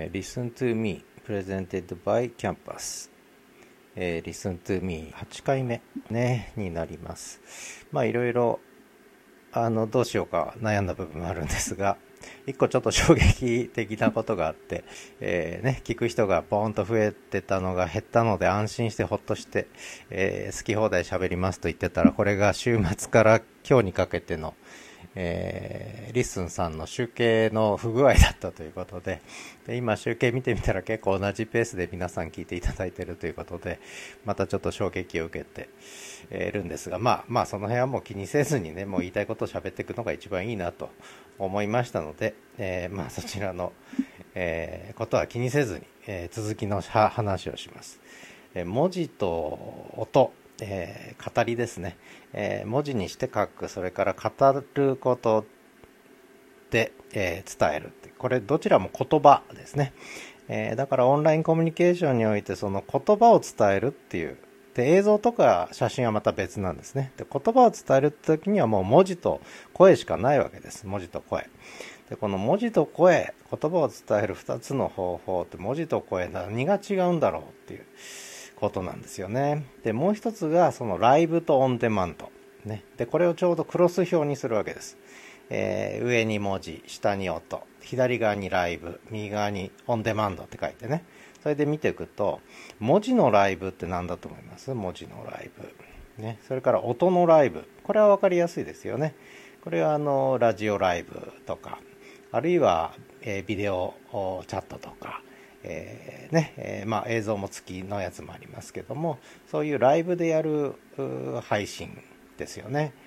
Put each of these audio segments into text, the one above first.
Listen to Me Presented by Campus、Listen to Me 8回目、ね、になります。いろいろどうしようか悩んだ部分もあるんですが、一個ちょっと衝撃的なことがあって、聞く人がボーンと増えてたのが減ったので安心してほっとして、好き放題喋りますと言ってたら、これが週末から今日にかけてのリッスンさんの集計の不具合だったということで、今集計見てみたら結構同じペースで皆さん聞いていただいているということで、またちょっと衝撃を受けているんですが、その辺はもう気にせずにね、もう言いたいことを喋っていくのが一番いいなと思いましたので、そちらの、ことは気にせずに、続きの話をします。文字と音、語りですね、文字にして書く、それから語ることで、伝えるって、これどちらも言葉ですね、だからオンラインコミュニケーションにおいてその言葉を伝えるっていう、で映像とか写真はまた別なんですね。で言葉を伝えるって時にはもう文字と声しかないわけです。文字と声で、この文字と声、言葉を伝える2つの方法って、文字と声何が違うんだろうっていうことなんですよね。でもう一つがそのライブとオンデマンド、ね、でこれをちょうどクロス表にするわけです。上に文字、下に音、左側にライブ、右側にオンデマンドって書いてね、それで見ていくと、文字のライブって何だと思います？文字のライブ、ね、それから音のライブ、これは分かりやすいですよね。これはラジオライブとか、あるいは、ビデオチャットとか、映像も付きのやつもありますけども、そういうライブでやる配信ですよね。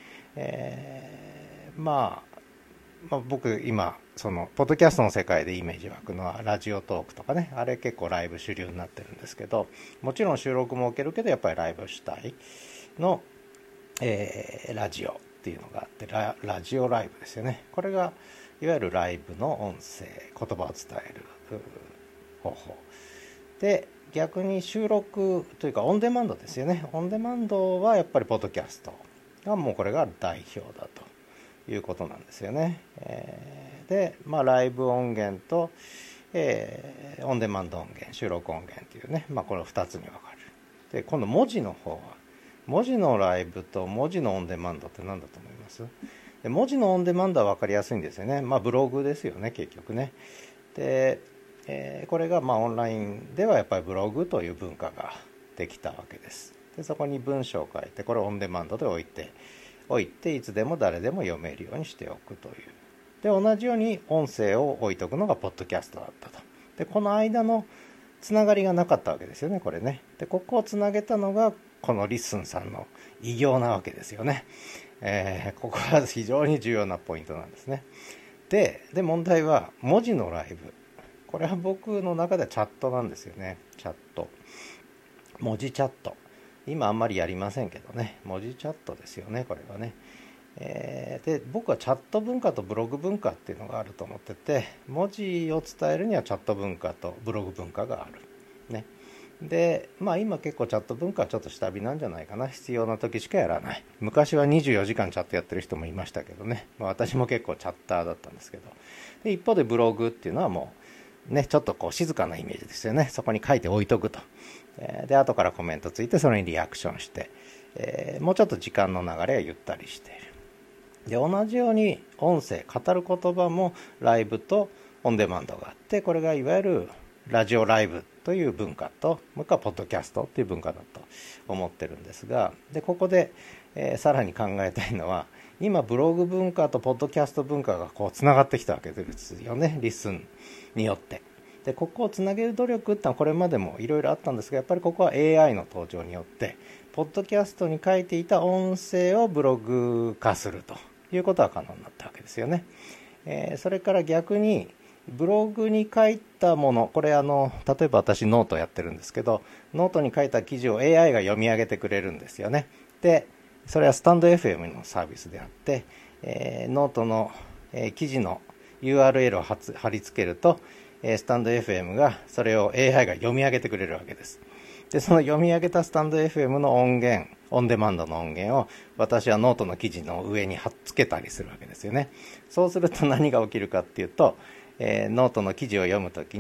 僕今そのポッドキャストの世界でイメージ湧くのはラジオトークとかね、あれ結構ライブ主流になってるんですけど、もちろん収録も受けるけどやっぱりライブ主体の、ラジオっていうのがあって、ラジオライブですよね。これがいわゆるライブの音声、言葉を伝える方法で、逆に収録というかオンデマンドですよね。オンデマンドはやっぱりポッドキャストがもうこれが代表だということなんですよね。で、ライブ音源と、オンデマンド音源、収録音源というね、これ2つに分かる。で、今度文字の方は、文字のライブと文字のオンデマンドって何だと思います？で文字のオンデマンドは分かりやすいんですよね。ブログですよね、結局ね。で、これがオンラインではやっぱりブログという文化ができたわけです。でそこに文章を書いて、これをオンデマンドで置いていつでも誰でも読めるようにしておくという。で同じように音声を置いとくのがポッドキャストだったと。でこの間のつながりがなかったわけですよね、これね。でここをつなげたのがこのリッスンさんの偉業なわけですよね。ここは非常に重要なポイントなんですね。で問題は文字のライブ、これは僕の中ではチャットなんですよね。チャット、文字チャット、今あんまりやりませんけどね、文字チャットですよね、これはね。で僕はチャット文化とブログ文化っていうのがあると思ってて、文字を伝えるにはチャット文化とブログ文化があるね。で今結構チャット文化はちょっと下火なんじゃないかな。必要な時しかやらない。昔は24時間チャットやってる人もいましたけどね、私も結構チャッターだったんですけど、で一方でブログっていうのはもうね、ちょっとこう静かなイメージですよね。そこに書いて置いとくと、で後からコメントついてそれにリアクションして、もうちょっと時間の流れがゆったりしている。で同じように音声、語る言葉もライブとオンデマンドがあって、これがいわゆるラジオライブという文化と、もう一回ポッドキャストという文化だと思ってるんですが、でここで、さらに考えたいのは、今ブログ文化とポッドキャスト文化がこうつながってきたわけですよね、リスンによって。でここをつなげる努力ってのはこれまでもいろいろあったんですが、やっぱりここは AI の登場によってポッドキャストに書いていた音声をブログ化するということが可能になったわけですよね。それから逆にブログに書いたもの、これ例えば私ノートやってるんですけど、ノートに書いた記事を AI が読み上げてくれるんですよね。でそれはスタンド FM のサービスであって、ノートの、記事の URL を貼り付けると、スタンド FM がそれを AI が読み上げてくれるわけです。でその読み上げたスタンド FM の音源、オンデマンドの音源を私はノートの記事の上に貼っつけたりするわけですよね。そうすると何が起きるかっていうと、ノートの記事を読むときに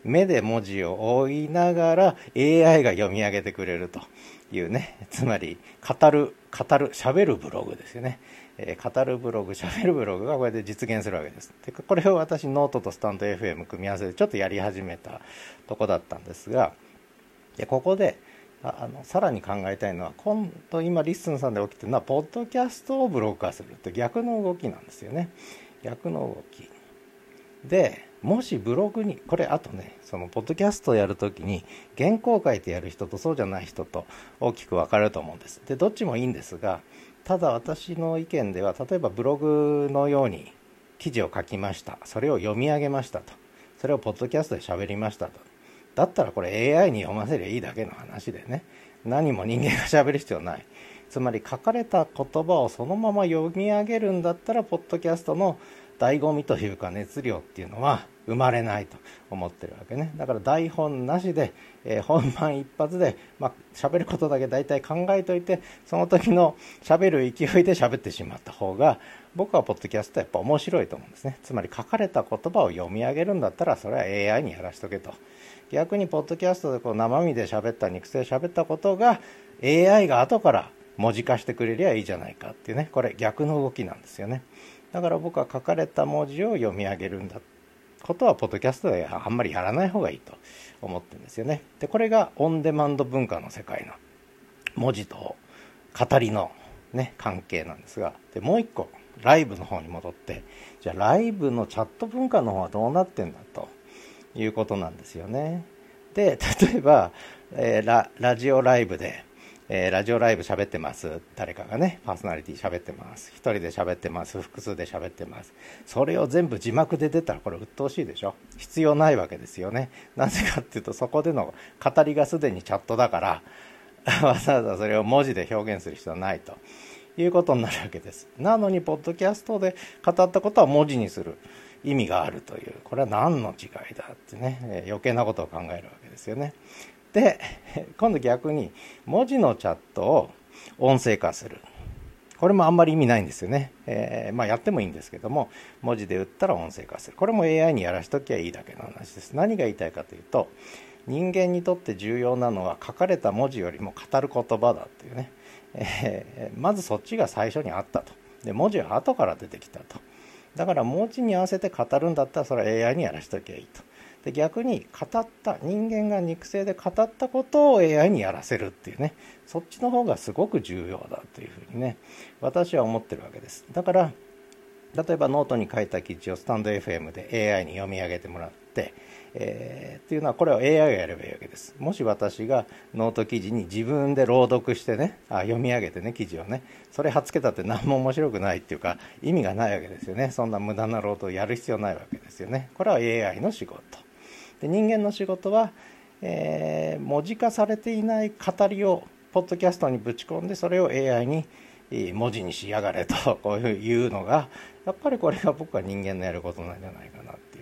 目で文字を追いながら AI が読み上げてくれるというね、つまり喋るブログですよね。語るブログ、喋るブログがこれで実現するわけです。でこれを私ノートとスタンド FM 組み合わせてちょっとやり始めたとこだったんですが、ここでさらに考えたいのは、今リッスンさんで起きてるのはポッドキャストをブログ化するって逆の動きなんですよね。逆の動きで、もしブログにこれ、あとね、そのポッドキャストをやるときに原稿を書いてやる人とそうじゃない人と大きく分かれると思うんです。でどっちもいいんですが、ただ私の意見では、例えばブログのように記事を書きました、それを読み上げましたと、それをポッドキャストで喋りましたと、だったらこれ AI に読ませりゃいいだけの話でね、何も人間が喋る必要ない。つまり書かれた言葉をそのまま読み上げるんだったら、ポッドキャストの醍醐味というか熱量っていうのは生まれないと思ってるわけね。だから台本なしで、本番一発で、喋ることだけ大体考えといて、その時の喋る勢いで喋ってしまった方が、僕はポッドキャストやっぱ面白いと思うんですね。つまり書かれた言葉を読み上げるんだったら、それは AI にやらしとけと。逆にポッドキャストで生身で喋った、肉声で喋ったことが AI が後から文字化してくれりゃいいじゃないかっていうね、これ逆の動きなんですよね。だから僕は書かれた文字を読み上げるんだことはポッドキャストであんまりやらない方がいいと思ってるんですよね。でこれがオンデマンド文化の世界の文字と語りの、関係なんですが、でもう一個ライブの方に戻って、じゃあライブのチャット文化の方はどうなってんだということなんですよね。で例えば、ラジオライブでラジオライブ喋ってます、誰かがねパーソナリティ喋ってます、一人で喋ってます、複数で喋ってます、それを全部字幕で出たらこれ鬱陶しいでしょ。必要ないわけですよね。なぜかっていうと、そこでの語りがすでにチャットだからわざわざそれを文字で表現する必要はないということになるわけです。なのにポッドキャストで語ったことは文字にする意味があるという、これは何の違いだってね、余計なことを考えるわけですよね。で今度逆に文字のチャットを音声化する、これもあんまり意味ないんですよね。やってもいいんですけども、文字で打ったら音声化する、これも AI にやらしときゃいいだけの話です。何が言いたいかというと、人間にとって重要なのは書かれた文字よりも語る言葉だっていうね、まずそっちが最初にあったと。で文字は後から出てきたと。だから文字に合わせて語るんだったら、それは AI にやらしときゃいいと。で逆に人間が肉声で語ったことを AI にやらせるっていうね、そっちの方がすごく重要だというふうにね、私は思ってるわけです。だから例えばノートに書いた記事をスタンド FM で AI に読み上げてもらって、っていうのはこれを AI がやればいいわけです。もし私がノート記事に自分で朗読してね、読み上げてね、記事をね、それ貼っつけたって何も面白くないっていうか意味がないわけですよね。そんな無駄な労働をやる必要ないわけですよね。これは AI の仕事で、人間の仕事は、文字化されていない語りをポッドキャストにぶち込んで、それを AI に文字にしやがれとこういうのが、やっぱりこれが僕は人間のやることなんじゃないかなっていう、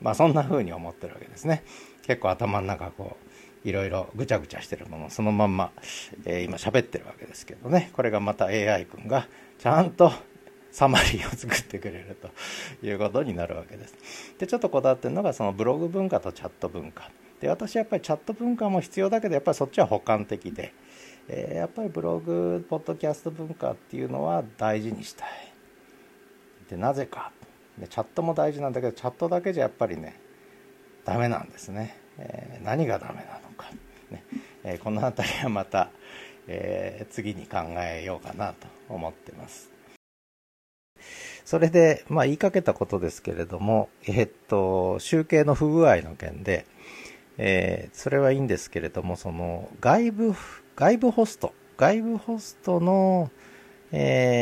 そんな風に思ってるわけですね。結構頭の中いろいろぐちゃぐちゃしてるものをそのまんま、今喋ってるわけですけどね、これがまた AI 君がちゃんとサマリーを作ってくれるということになるわけです。でちょっとこだわってるのがそのブログ文化とチャット文化で、私はやっぱりチャット文化も必要だけど、やっぱりそっちは補完的で、やっぱりブログポッドキャスト文化っていうのは大事にしたい。でなぜかで、チャットも大事なんだけど、チャットだけじゃやっぱりねダメなんですね。何がダメなのか、ね、このあたりはまた、次に考えようかなと思ってます。それで言いかけたことですけれども、集計の不具合の件で、それはいいんですけれども、その外部ホストの、ポ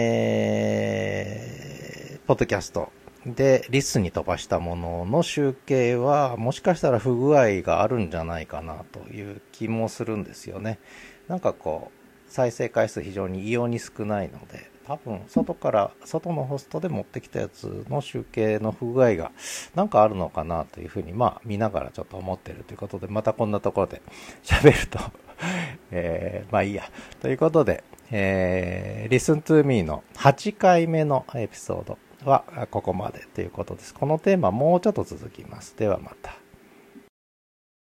ッドキャストでリスに飛ばしたものの集計はもしかしたら不具合があるんじゃないかなという気もするんですよね。なんか再生回数非常に異様に少ないので、多分外のホストで持ってきたやつの集計の不具合がなんかあるのかなというふうに見ながらちょっと思っているということで、またこんなところで喋るといいやということで、Listen to Me の8回目のエピソードはここまでということです。このテーマもうちょっと続きます。ではまた。